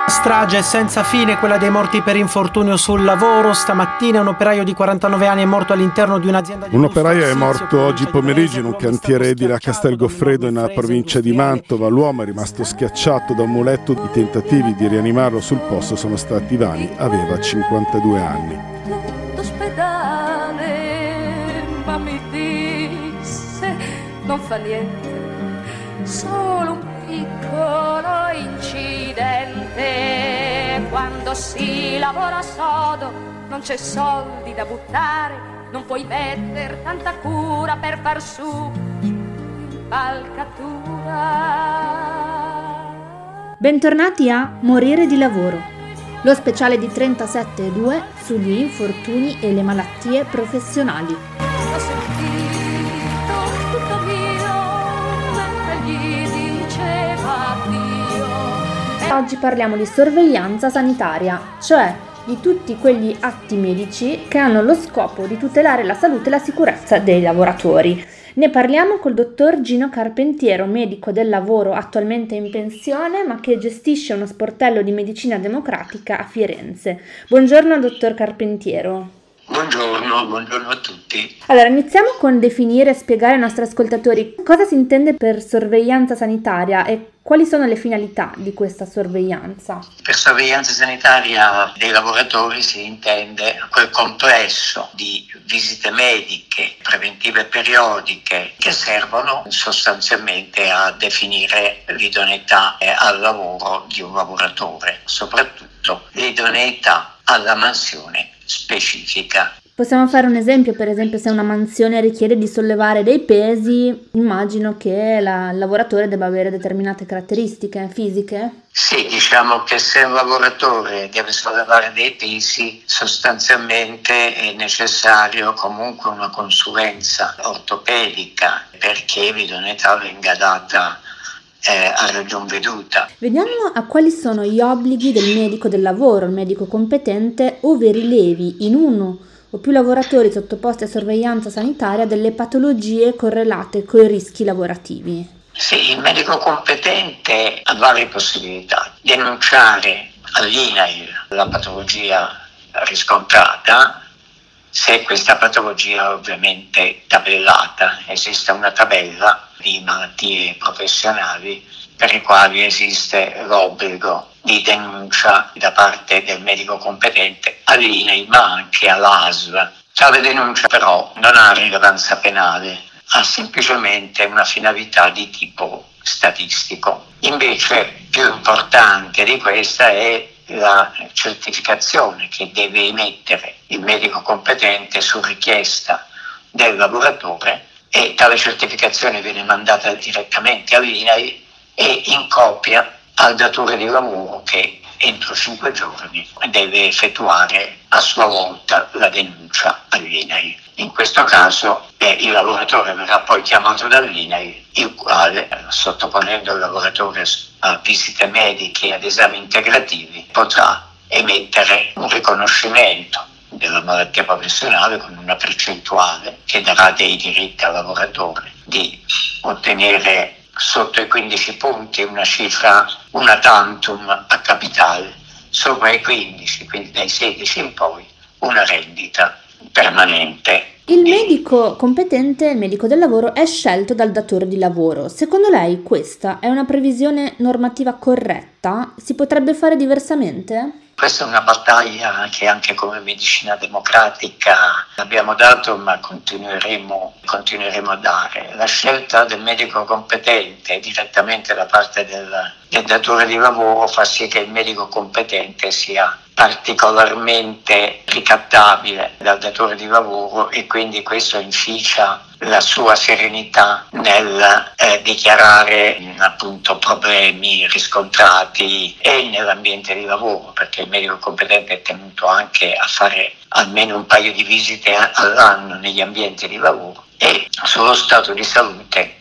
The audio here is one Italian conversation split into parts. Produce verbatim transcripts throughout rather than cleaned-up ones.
Strage senza fine, quella dei morti per infortunio sul lavoro. Stamattina un operaio di quarantanove anni è morto all'interno di un'azienda di Un operaio è morto oggi pomeriggio in un cantiere edile a Castel Goffredo, nella provincia di Mantova. L'uomo è rimasto schiacciato da un muletto. I tentativi di rianimarlo sul posto sono stati vani. Aveva cinquantadue anni. D'ospedale, ma mi disse non fa niente, solo un piccolo incidente. Quando si lavora sodo non c'è soldi da buttare, non puoi mettere tanta cura per far su l'impalcatura. Bentornati a Morire di lavoro, lo speciale di trentasette e due sugli infortuni e le malattie professionali. Ho sentito tutto mio mentre gli diceva Dio. Oggi parliamo di sorveglianza sanitaria, cioè di tutti quegli atti medici che hanno lo scopo di tutelare la salute e la sicurezza dei lavoratori. Ne parliamo col dottor Gino Carpentiero, medico del lavoro attualmente in pensione, ma che gestisce uno sportello di medicina democratica a Firenze. Buongiorno dottor Carpentiero. Buongiorno, buongiorno a tutti. Allora, iniziamo con definire e spiegare ai nostri ascoltatori cosa si intende per sorveglianza sanitaria e quali sono le finalità di questa sorveglianza. Per sorveglianza sanitaria dei lavoratori si intende quel complesso di visite mediche, preventive periodiche, che servono sostanzialmente a definire l'idoneità al lavoro di un lavoratore, soprattutto l'idoneità alla mansione specifica. Possiamo fare un esempio, per esempio se una mansione richiede di sollevare dei pesi, immagino che la, il lavoratore debba avere determinate caratteristiche fisiche? Sì, diciamo che se un lavoratore deve sollevare dei pesi, sostanzialmente è necessario comunque una consulenza ortopedica perché l'idoneità venga data Eh, a ragion veduta. Vediamo a quali sono gli obblighi del medico del lavoro, il medico competente, ove rilevi in uno o più lavoratori sottoposti a sorveglianza sanitaria delle patologie correlate coi rischi lavorativi. Sì, il medico competente ha varie possibilità: denunciare all'I N A I L la patologia riscontrata, se questa patologia è ovviamente tabellata. Esiste una tabella di malattie professionali per i quali esiste l'obbligo di denuncia da parte del medico competente all'I N A I L ma anche all'A S L. Tale denuncia però non ha rilevanza penale, ha semplicemente una finalità di tipo statistico. Invece più importante di questa è la certificazione che deve emettere il medico competente su richiesta del lavoratore, e tale certificazione viene mandata direttamente all'I N A I L e in copia al datore di lavoro, che entro cinque giorni deve effettuare a sua volta la denuncia all'I N A I L. In questo caso eh, il lavoratore verrà poi chiamato dall'I N A I L, il quale, sottoponendo il lavoratore a visite mediche e ad esami integrativi, potrà emettere un riconoscimento della malattia professionale con una percentuale che darà dei diritti al lavoratore di ottenere sotto i quindici punti una cifra una tantum a capitale, sopra i quindici, quindi dai sedici in poi, una rendita permanente. Il medico competente, il medico del lavoro, è scelto dal datore di lavoro. Secondo lei questa è una previsione normativa corretta? Si potrebbe fare diversamente? Questa è una battaglia che anche come medicina democratica abbiamo dato, ma continueremo, continueremo a dare. La scelta del medico competente direttamente da parte del, del datore di lavoro fa sì che il medico competente sia particolarmente ricattabile dal datore di lavoro, e quindi questo inficia la sua serenità nel eh, dichiarare appunto problemi riscontrati e nell'ambiente di lavoro, perché il medico competente è tenuto anche a fare almeno un paio di visite all'anno negli ambienti di lavoro e sullo stato di salute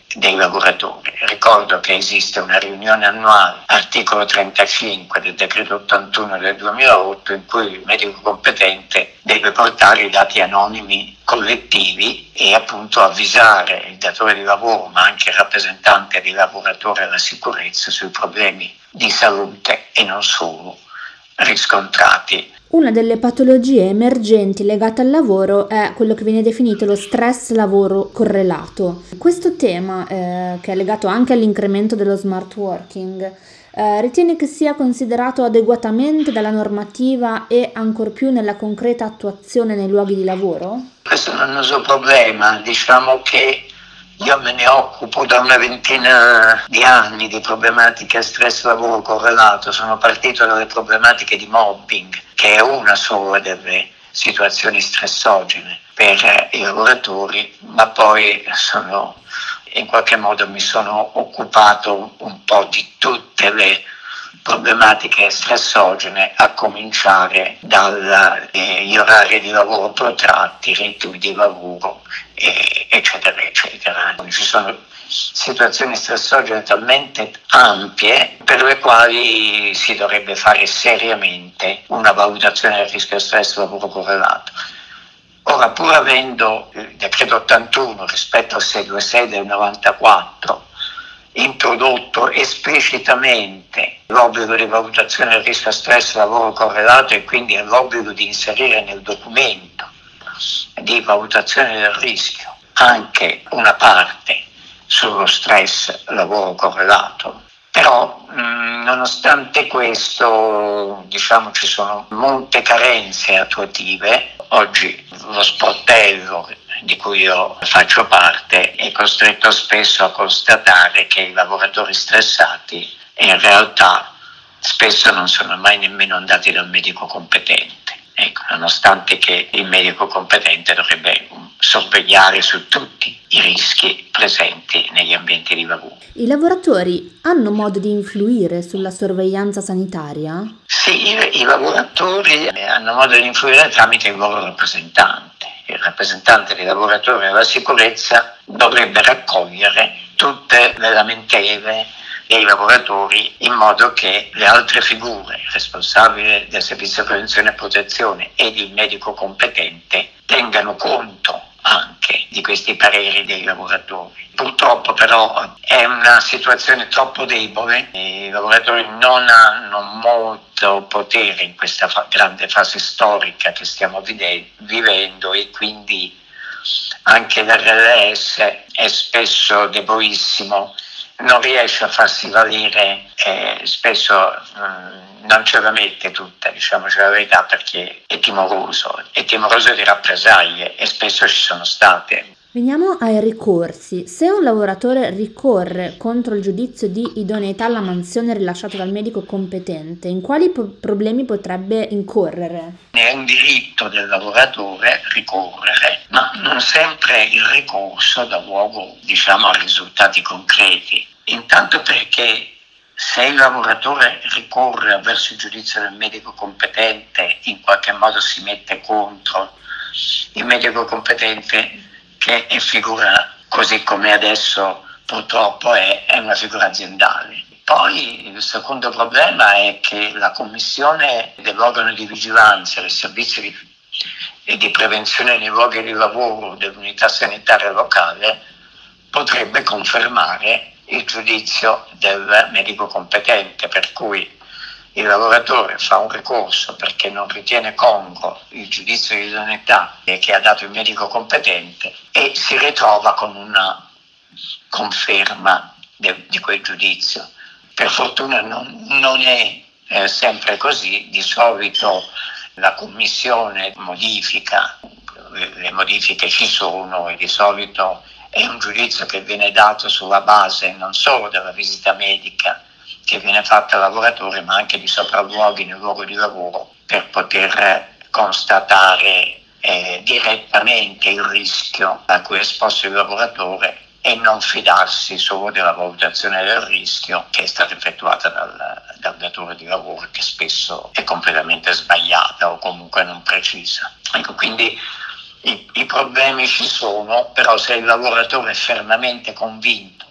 dei lavoratori. Ricordo che esiste una riunione annuale, articolo trentacinque del decreto ottantuno del duemilaotto, in cui il medico competente deve portare i dati anonimi collettivi e appunto avvisare il datore di lavoro, ma anche il rappresentante dei lavoratori alla sicurezza sui problemi di salute e non solo riscontrati. Una delle patologie emergenti legate al lavoro è quello che viene definito lo stress lavoro correlato. Questo tema, eh, che è legato anche all'incremento dello smart working, eh, ritiene che sia considerato adeguatamente dalla normativa e ancor più nella concreta attuazione nei luoghi di lavoro? Questo è un annoso problema, diciamo che io me ne occupo da una ventina di anni di problematiche stress lavoro correlato. Sono partito dalle problematiche di mobbing, che è una sola delle situazioni stressogene per i lavoratori, ma poi sono, in qualche modo mi sono occupato un po' di tutte le problematiche stressogene, a cominciare dagli orari di lavoro protratti, ritmi di lavoro, eh, eccetera, eccetera. Ci sono situazioni stressogene talmente ampie per le quali si dovrebbe fare seriamente una valutazione del rischio stress lavoro correlato. Ora, pur avendo il decreto ottantuno rispetto al seicentoventosei del novantaquattro introdotto esplicitamente l'obbligo di valutazione del rischio stress lavoro correlato e quindi l'obbligo di inserire nel documento di valutazione del rischio anche una parte sullo stress lavoro correlato, però mh, nonostante questo, diciamo, ci sono molte carenze attuative. Oggi lo sportello di cui io faccio parte è costretto spesso a constatare che i lavoratori stressati in realtà spesso non sono mai nemmeno andati dal medico competente. Ecco, nonostante che il medico competente dovrebbe sorvegliare su tutti i rischi presenti negli ambienti di lavoro. I lavoratori hanno modo di influire sulla sorveglianza sanitaria? Sì, i, i lavoratori hanno modo di influire tramite il loro rappresentante. Il rappresentante dei lavoratori della sicurezza dovrebbe raccogliere tutte le lamentele dei lavoratori in modo che le altre figure, responsabili del servizio di prevenzione e protezione ed il medico competente, tengano conto anche di questi pareri dei lavoratori. Purtroppo però è una situazione troppo debole, i lavoratori non hanno molto potere in questa fa- grande fase storica che stiamo vide- vivendo e quindi anche l'R L S è spesso debolissimo, non riesce a farsi valere, eh, spesso mh, non ce la mette tutta, diciamoci la verità, perché è timoroso, è timoroso di rappresaglie e spesso ci sono state. Veniamo ai ricorsi. Se un lavoratore ricorre contro il giudizio di idoneità alla mansione rilasciato dal medico competente, in quali po- problemi potrebbe incorrere? È un diritto del lavoratore ricorrere, ma non sempre il ricorso dà luogo, diciamo, a risultati concreti. Intanto perché se il lavoratore ricorre verso il giudizio del medico competente, in qualche modo si mette contro il medico competente, che è figura, così come adesso purtroppo è, è una figura aziendale. Poi il secondo problema è che la commissione dell'organo di vigilanza del servizio di, e di prevenzione nei luoghi di lavoro dell'unità sanitaria locale potrebbe confermare il giudizio del medico competente, per cui il lavoratore fa un ricorso perché non ritiene congruo il giudizio di idoneità che ha dato il medico competente e si ritrova con una conferma de, di quel giudizio. Per fortuna non, non è eh, sempre così, di solito la commissione modifica, le, le modifiche ci sono e di solito è un giudizio che viene dato sulla base non solo della visita medica che viene fatta al lavoratore, ma anche di sopralluoghi nel luogo di lavoro per poter constatare eh, direttamente il rischio a cui è esposto il lavoratore e non fidarsi solo della valutazione del rischio che è stata effettuata dal, dal datore di lavoro, che spesso è completamente sbagliata o comunque non precisa. Ecco, quindi i, i problemi ci sono, però se il lavoratore è fermamente convinto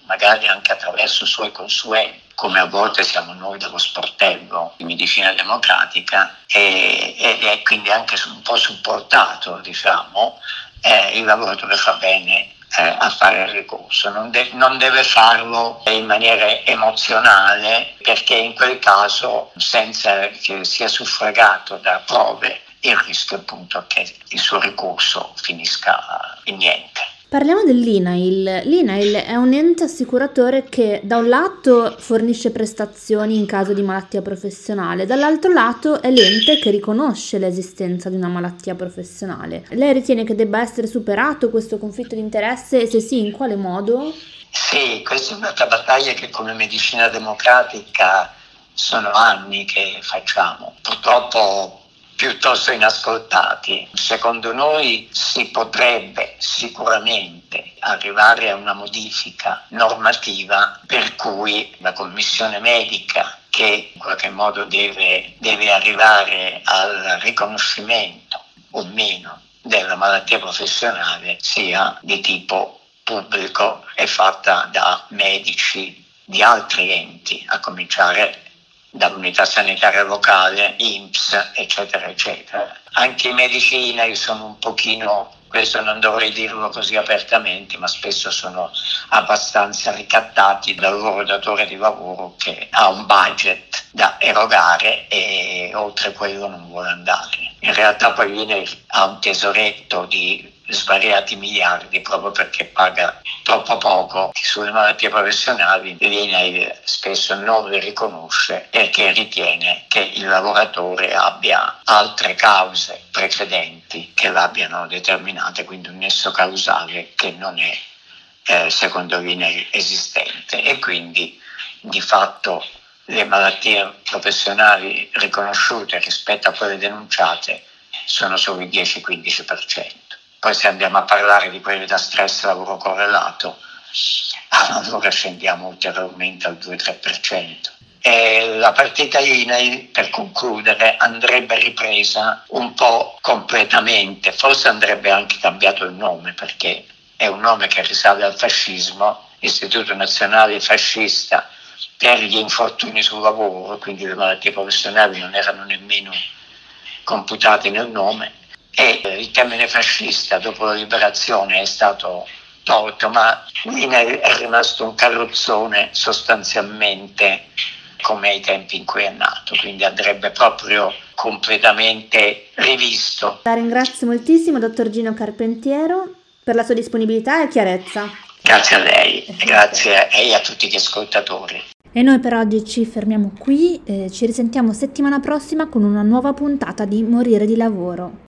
magari anche attraverso i suoi consulenti, come a volte siamo noi dello sportello di Medicina Democratica, e, ed è quindi anche un po' supportato, diciamo, eh, il lavoratore fa bene eh, a fare il ricorso, non, de- non deve farlo in maniera emozionale, perché in quel caso, senza che sia suffragato da prove, il rischio appunto che il suo ricorso finisca in niente. Parliamo dell'I N A I L. L'I N A I L è un ente assicuratore che da un lato fornisce prestazioni in caso di malattia professionale, dall'altro lato è l'ente che riconosce l'esistenza di una malattia professionale. Lei ritiene che debba essere superato questo conflitto di interesse e se sì, in quale modo? Sì, questa è un'altra battaglia che come Medicina Democratica sono anni che facciamo. Purtroppo piuttosto inascoltati. Secondo noi si potrebbe sicuramente arrivare a una modifica normativa per cui la commissione medica, che in qualche modo deve, deve arrivare al riconoscimento o meno della malattia professionale, sia di tipo pubblico e fatta da medici di altri enti, a cominciare dall'unità sanitaria locale, I N P S, eccetera, eccetera. Anche i medici I N A I L sono un pochino, questo non dovrei dirlo così apertamente, ma spesso sono abbastanza ricattati dal loro datore di lavoro che ha un budget da erogare e oltre quello non vuole andare. In realtà poi l'I N A I L ha un tesoretto di svariati miliardi proprio perché paga troppo poco sulle malattie professionali. L'I N A I L spesso non le riconosce perché ritiene che il lavoratore abbia altre cause precedenti che l'abbiano determinate, quindi un nesso causale che non è eh, secondo l'I N A I L esistente, e quindi di fatto le malattie professionali riconosciute rispetto a quelle denunciate sono solo il dieci quindici per cento. Poi se andiamo a parlare di quelle da stress lavoro correlato, allora scendiamo ulteriormente al due tre per cento. E la partita I N A I L, per concludere, andrebbe ripresa un po' completamente, forse andrebbe anche cambiato il nome, perché è un nome che risale al fascismo, Istituto Nazionale Fascista per gli infortuni sul lavoro, quindi le malattie professionali non erano nemmeno computate nel nome. E il termine fascista dopo la liberazione è stato tolto, ma l'I N A I L è rimasto un carrozzone sostanzialmente come ai tempi in cui è nato, quindi andrebbe proprio completamente rivisto. La ringrazio moltissimo, dottor Gino Carpentiero, per la sua disponibilità e chiarezza. Grazie a lei, grazie e a tutti gli ascoltatori. E noi per oggi ci fermiamo qui, eh, ci risentiamo settimana prossima con una nuova puntata di Morire di Lavoro.